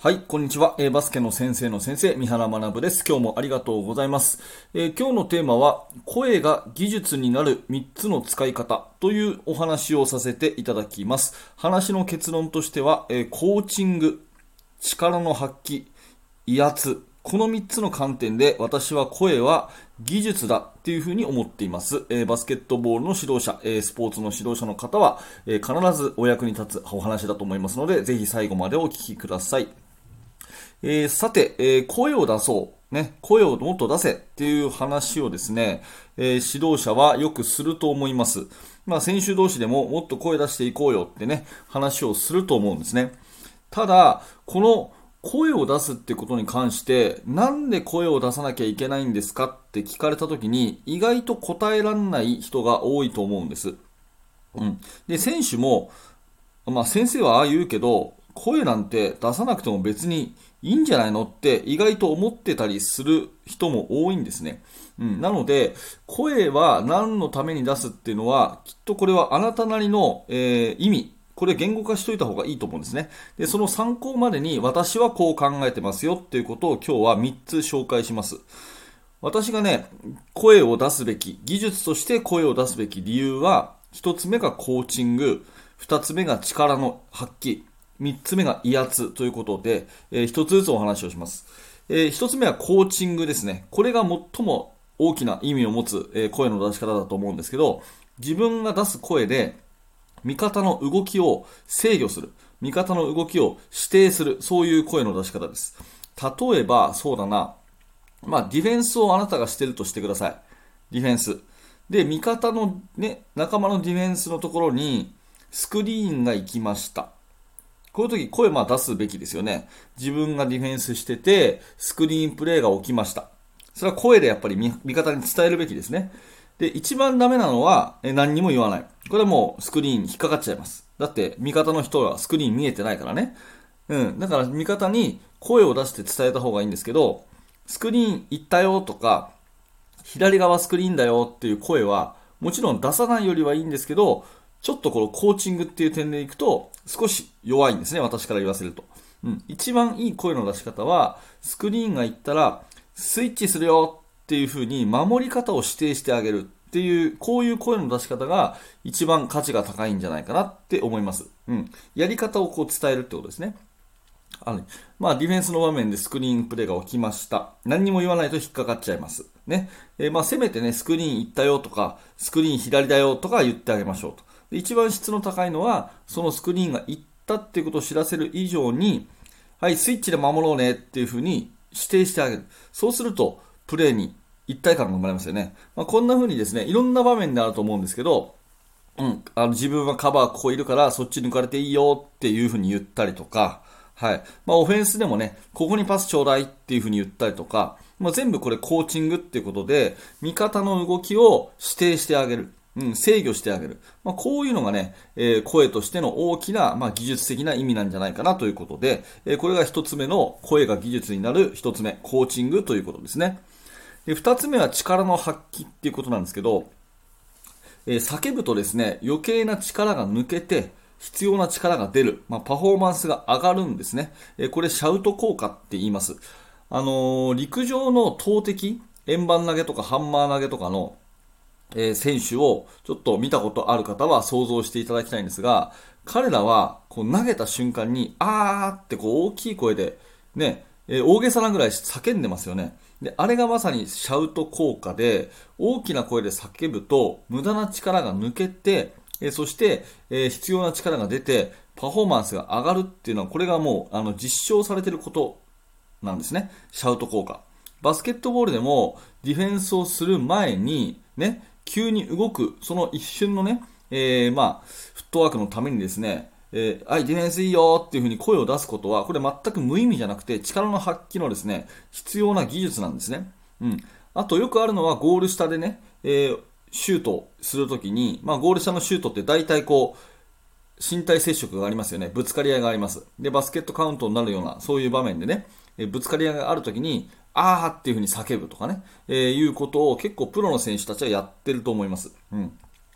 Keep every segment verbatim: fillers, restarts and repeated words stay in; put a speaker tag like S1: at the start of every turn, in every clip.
S1: はい、こんにちは。えーバスケの先生の先生、三原学です。今日もありがとうございます。えー今日のテーマは、声が技術になるみっつの使い方というお話をさせていただきます。話の結論としては、えーコーチング、力の発揮、威圧、このみっつの観点で私は声は技術だっていうふうに思っています。えーバスケットボールの指導者、えースポーツの指導者の方は、えー必ずお役に立つお話だと思いますので、ぜひ最後までお聞きください。えーさて、えー声を出そう。ね、声をもっと出せっていう話をですね、えー指導者はよくすると思います。まあ、選手同士でももっと声出していこうよってね、話をすると思うんですね。ただ、この声を出すってことに関して、なんで声を出さなきゃいけないんですかって聞かれたときに、意外と答えられない人が多いと思うんです。うん。で、選手も、まあ先生はああ言うけど、声なんて出さなくても別にいいんじゃないのって意外と思ってたりする人も多いんですね。うん、なので、声は何のために出すっていうのは、きっとこれはあなたなりの、えー意味、これ言語化しといた方がいいと思うんですね。で、その参考までに私はこう考えてますよっていうことを今日はみっつ紹介します。私がね、声を出すべき、技術として声を出すべき理由は、一つ目がコーチング、二つ目が力の発揮、三つ目が威圧ということで、えー一つずつお話をします。えー一つ目はコーチングですね。これが最も大きな意味を持つ、えー声の出し方だと思うんですけど、自分が出す声で、味方の動きを制御する。味方の動きを指定する。そういう声の出し方です。例えば、そうだな。まあ、ディフェンスをあなたがしてるとしてください。ディフェンス。で、味方のね、仲間のディフェンスのところに、スクリーンが行きました。こういう時、声まあ出すべきですよね。自分がディフェンスしてて、スクリーンプレーが起きました。それは声でやっぱり味方に伝えるべきですね。で、一番ダメなのは、え何にも言わない。これはもうスクリーンに引っかかっちゃいます。だって、味方の人はスクリーン見えてないからね。うん。だから、味方に声を出して伝えた方がいいんですけど、スクリーン行ったよとか、左側スクリーンだよっていう声は、もちろん出さないよりはいいんですけど、ちょっとこのコーチングっていう点でいくと、少し弱いんですね、私から言わせると。うん。一番いい声の出し方は、スクリーンが行ったら、スイッチするよっていう風に守り方を指定してあげるっていう、こういう声の出し方が一番価値が高いんじゃないかなって思います。うん。やり方をこう伝えるってことですね。あの、まあ、ディフェンスの場面でスクリーンプレーが起きました。何にも言わないと引っかかっちゃいます。ね。えーまあ、せめてね、スクリーン行ったよとか、スクリーン左だよとか言ってあげましょうと。で一番質の高いのは、そのスクリーンが行ったっていうことを知らせる以上に、はい、スイッチで守ろうねっていうふうに指定してあげる。そうすると、プレーに一体感が生まれますよね。まあ、こんな風にですね、いろんな場面であると思うんですけど、うん、あの自分はカバーここいるからそっち抜かれていいよっていう風に言ったりとか、はい。まあオフェンスでもね、ここにパスちょうだいっていう風に言ったりとか、まあ全部これコーチングっていうことで、味方の動きを指定してあげる。うん、制御してあげる。まあ、こういうのがね、えー声としての大きな、まあ、技術的な意味なんじゃないかなということで、えーこれが一つ目の声が技術になる一つ目、コーチングということですね。で、二つ目は力の発揮っていうことなんですけど、えー叫ぶとですね、余計な力が抜けて、必要な力が出る。まあ、パフォーマンスが上がるんですね。えーこれシャウト効果って言います。あのー陸上の投擲、円盤投げとかハンマー投げとかの、えー選手をちょっと見たことある方は想像していただきたいんですが、彼らはこう投げた瞬間に、あーってこう大きい声で、ね、えー大げさなぐらい叫んでますよね。で、あれがまさにシャウト効果で、大きな声で叫ぶと、無駄な力が抜けて、えーそして、えー必要な力が出て、パフォーマンスが上がるっていうのは、これがもう、あの、実証されていることなんですね。シャウト効果。バスケットボールでもディフェンスをする前に、ね、急に動く、その一瞬のね、えー、まあ、フットワークのためにですね、えー、はい、ディフェンスいいよっていう風に声を出すことは、これ全く無意味じゃなくて、力の発揮のですね、必要な技術なんですね。うん。あとよくあるのはゴール下でね、えー、シュートをするときに、まあ、ゴール下のシュートって大体こう、身体接触がありますよね。ぶつかり合いがあります。で、バスケットカウントになるような、そういう場面でね、えぶつかり合いがあるときに、あーっていう風に叫ぶとかね、えーいうことを結構プロの選手たちはやってると思います。うん。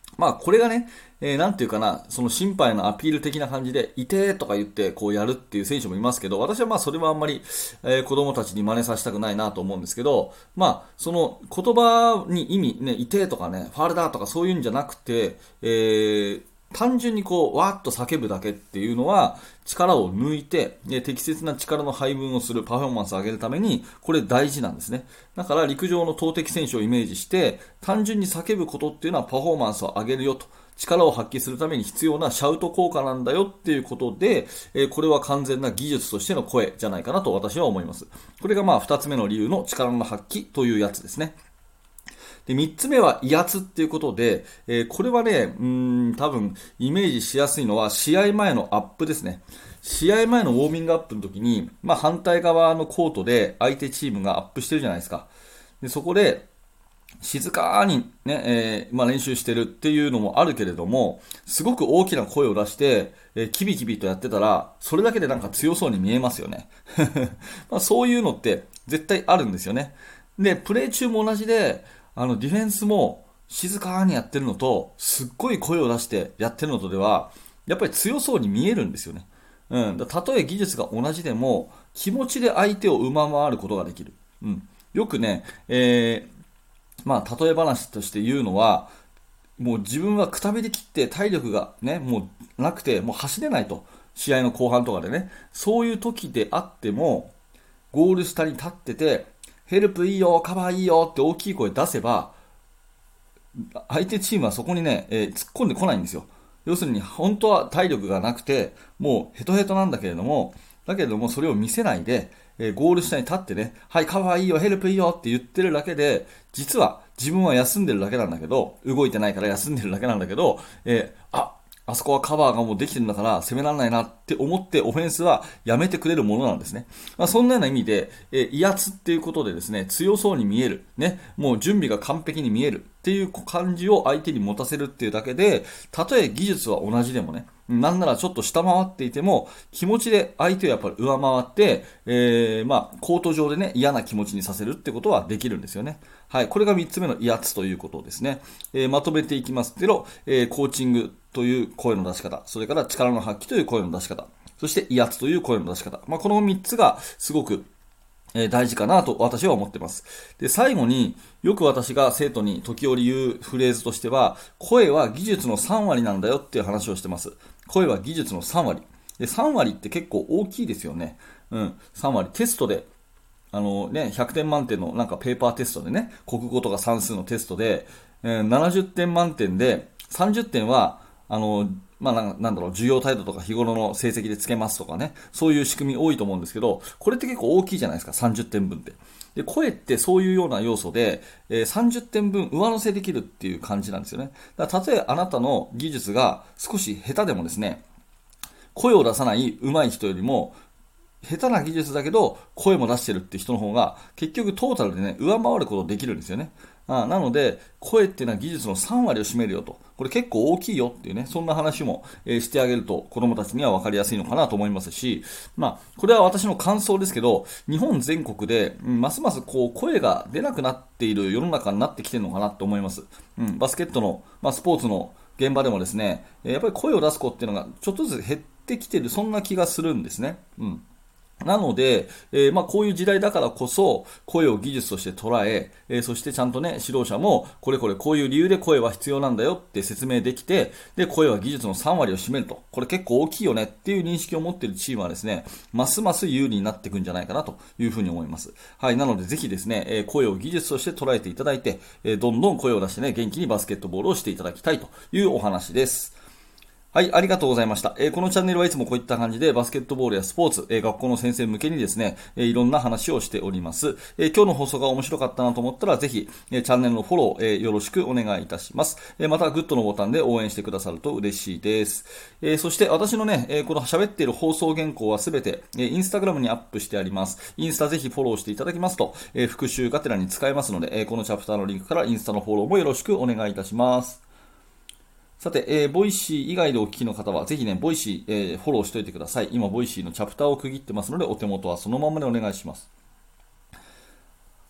S1: まあこれがね、えー、なんていうかな、その審判へのアピール的な感じで、いてーとか言ってこうやるっていう選手もいますけど、私はまあそれはあんまり、えー、子供たちに真似させたくないなと思うんですけど、まあその言葉に意味、ね、いてーとかね、ファールだとかそういうんじゃなくて、えー単純にこう、わーっと叫ぶだけっていうのは、力を抜いて、適切な力の配分をする、パフォーマンスを上げるために、これ大事なんですね。だから陸上の投擲選手をイメージして、単純に叫ぶことっていうのはパフォーマンスを上げるよと。力を発揮するために必要なシャウト効果なんだよっていうことで、えーこれは完全な技術としての声じゃないかなと私は思います。これがまあ二つ目の理由の力の発揮というやつですね。で、三つ目は威圧っていうことで、えーこれはね、うーん、多分イメージしやすいのは試合前のアップですね。試合前のウォーミングアップの時に、まあ反対側のコートで相手チームがアップしてるじゃないですか。で、そこで、静かにね、えーまあ、練習してるっていうのもあるけれども、すごく大きな声を出して、えーキビキビとやってたら、それだけでなんか強そうに見えますよね。まあ、そういうのって絶対あるんですよね。で、プレー中も同じで、あの、ディフェンスも静かにやってるのと、すっごい声を出してやってるのとでは、やっぱり強そうに見えるんですよね。うん。だたとえ技術が同じでも、気持ちで相手を上回ることができる。うん。よくね、えーまあ、例え話として言うのは、もう自分はくたびれ切って体力がね、もうなくて、もう走れないと。試合の後半とかでね。そういう時であっても、ゴール下に立ってて、ヘルプいいよ、カバーいいよって大きい声出せば、相手チームはそこにね、えー突っ込んでこないんですよ。要するに、本当は体力がなくて、もうヘトヘトなんだけれども、だけれどもそれを見せないで、えーゴール下に立ってね、はい、カバーいいよ、ヘルプいいよって言ってるだけで、実は自分は休んでるだけなんだけど、動いてないから休んでるだけなんだけど、えーあ、あそこはカバーがもうできてるんだから攻められないなって思ってオフェンスはやめてくれるものなんですね。まあ、そんなような意味で、えー威圧っていうことでですね、強そうに見える、ね、もう準備が完璧に見えるっていう感じを相手に持たせるっていうだけで、たとえ技術は同じでもね、なんならちょっと下回っていても、気持ちで相手をやっぱり上回って、えー、まあ、コート上でね、嫌な気持ちにさせるってことはできるんですよね。はい。これがみっつめの威圧ということですね。えーまとめていきますけど、えーコーチングという声の出し方、それから力の発揮という声の出し方、そして威圧という声の出し方。まあ、このみっつがすごくえー大事かなと私は思っています。で、最後によく私が生徒に時折言うフレーズとしては、声は技術のさん割なんだよっていう話をしてます。声は技術のさん割。で、さん割って結構大きいですよね。うん、さん割。テストであのね、ひゃくてん満点のなんかペーパーテストでね、国語とか算数のテストで、えーななじゅってん満点で、さんじゅってんは、あの、まあな、なんだろう、授業態度とか日頃の成績でつけますとかね、そういう仕組み多いと思うんですけど、これって結構大きいじゃないですか、さんじゅってんぶんって。で、声ってそういうような要素で、えーさんじゅってんぶん上乗せできるっていう感じなんですよね。だから、たとえあなたの技術が少し下手でもですね、声を出さない上手い人よりも、下手な技術だけど声も出してるって人の方が結局トータルでね上回ることできるんですよね。あなので声っていうのは技術のさん割を占めるよと、これ結構大きいよっていうね、そんな話も、えーしてあげると子供たちには分かりやすいのかなと思いますし、まあこれは私の感想ですけど、日本全国で、うん、ますますこう声が出なくなっている世の中になってきてるのかなと思います。うん、バスケットの、まあ、スポーツの現場でもですね、えーやっぱり声を出す子っていうのがちょっとずつ減ってきてる、そんな気がするんですね。うんなので、えーまあ、こういう時代だからこそ、声を技術として捉え、えーそしてちゃんとね、指導者も、これこれこういう理由で声は必要なんだよって説明できて、で、声は技術のさん割を占めると。これ結構大きいよねっていう認識を持っているチームはですね、ますます有利になっていくんじゃないかなというふうに思います。はい、なのでぜひですね、えー声を技術として捉えていただいて、えーどんどん声を出してね、元気にバスケットボールをしていただきたいというお話です。はい、ありがとうございました。えーこのチャンネルはいつもこういった感じでバスケットボールやスポーツ、えー学校の先生向けにですね、えーいろんな話をしております。えー今日の放送が面白かったなと思ったらぜひ、えーチャンネルのフォロー、えーよろしくお願いいたします。えーまたグッドのボタンで応援してくださると嬉しいです。えーそして私のね、えーこの喋っている放送原稿はすべて、えーインスタグラムにアップしてあります。インスタぜひフォローしていただきますと、えー復習がてらに使えますので、えーこのチャプターのリンクからインスタのフォローもよろしくお願いいたします。さて、えー、ボイシー以外でお聞きの方は、ぜひね、ボイシー、えーフォローしておいてください。今、ボイシーのチャプターを区切ってますので、お手元はそのままでお願いします。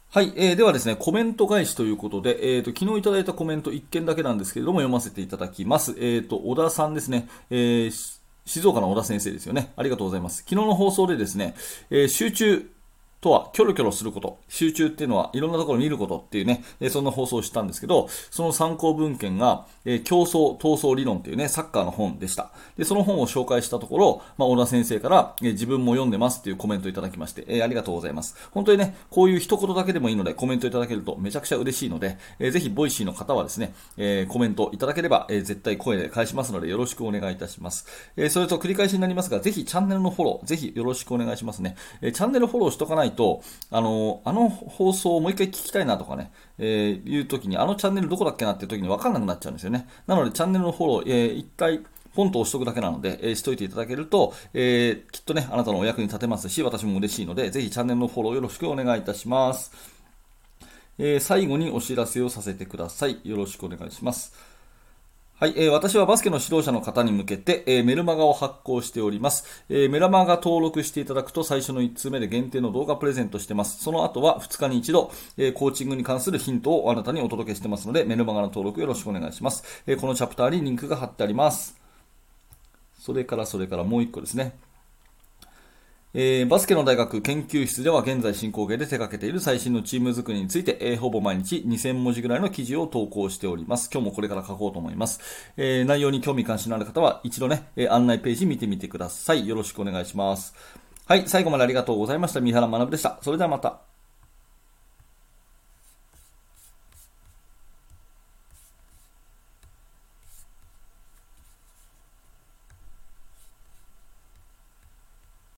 S1: はい、えー、ではですね、コメント返しということで、えーと、昨日いただいたコメントいっけんだけなんですけれども、読ませていただきます。えーと、小田さんですね、えーし静岡の小田先生ですよね。ありがとうございます。昨日の放送でですね、えー集中とは、キョロキョロすること。集中っていうのはいろんなところを見ることっていうね、えーそんな放送をしたんですけど、その参考文献が、えー競争、闘争理論っていうね、サッカーの本でした。で、その本を紹介したところ、まあ、小田先生から、えー自分も読んでますっていうコメントをいただきまして、えーありがとうございます。本当にね、こういう一言だけでもいいのでコメントいただけるとめちゃくちゃ嬉しいので、えーぜひボイシーの方はですね、えーコメントいただければ、えー絶対声で返しますのでよろしくお願いいたします。えーそれと繰り返しになりますが、ぜひチャンネルのフォロー、ぜひよろしくお願いしますね。えーチャンネルフォローしとかないと、あのーあの放送をもう一回聞きたいなとかね、えーいう時に、あのチャンネルどこだっけなっていう時に分かんなくなっちゃうんですよね。なのでチャンネルのフォロー、えー一回、ポンと押しとくだけなので、えーしといていただけると、えーきっとね、あなたのお役に立てますし、私も嬉しいので、ぜひチャンネルのフォローよろしくお願いいたします。えー最後にお知らせをさせてください。よろしくお願いします。はい、えー私はバスケの指導者の方に向けて、えーメルマガを発行しております。えーメルマガ登録していただくと最初のいっつうめで限定の動画プレゼントしてます。その後はふつかに一度、えーコーチングに関するヒントをあなたにお届けしてますので、メルマガの登録よろしくお願いします。えーこのチャプターにリンクが貼ってあります。それからそれからもういっこですね。えーバスケの大学研究室では現在進行形で手掛けている最新のチーム作りについて、えーほぼ毎日にせんもじぐらいの記事を投稿しております。今日もこれから書こうと思います。えー内容に興味関心のある方は一度ね、えー案内ページ見てみてください。よろしくお願いします。はい、最後までありがとうございました。三原学でした。それではまた。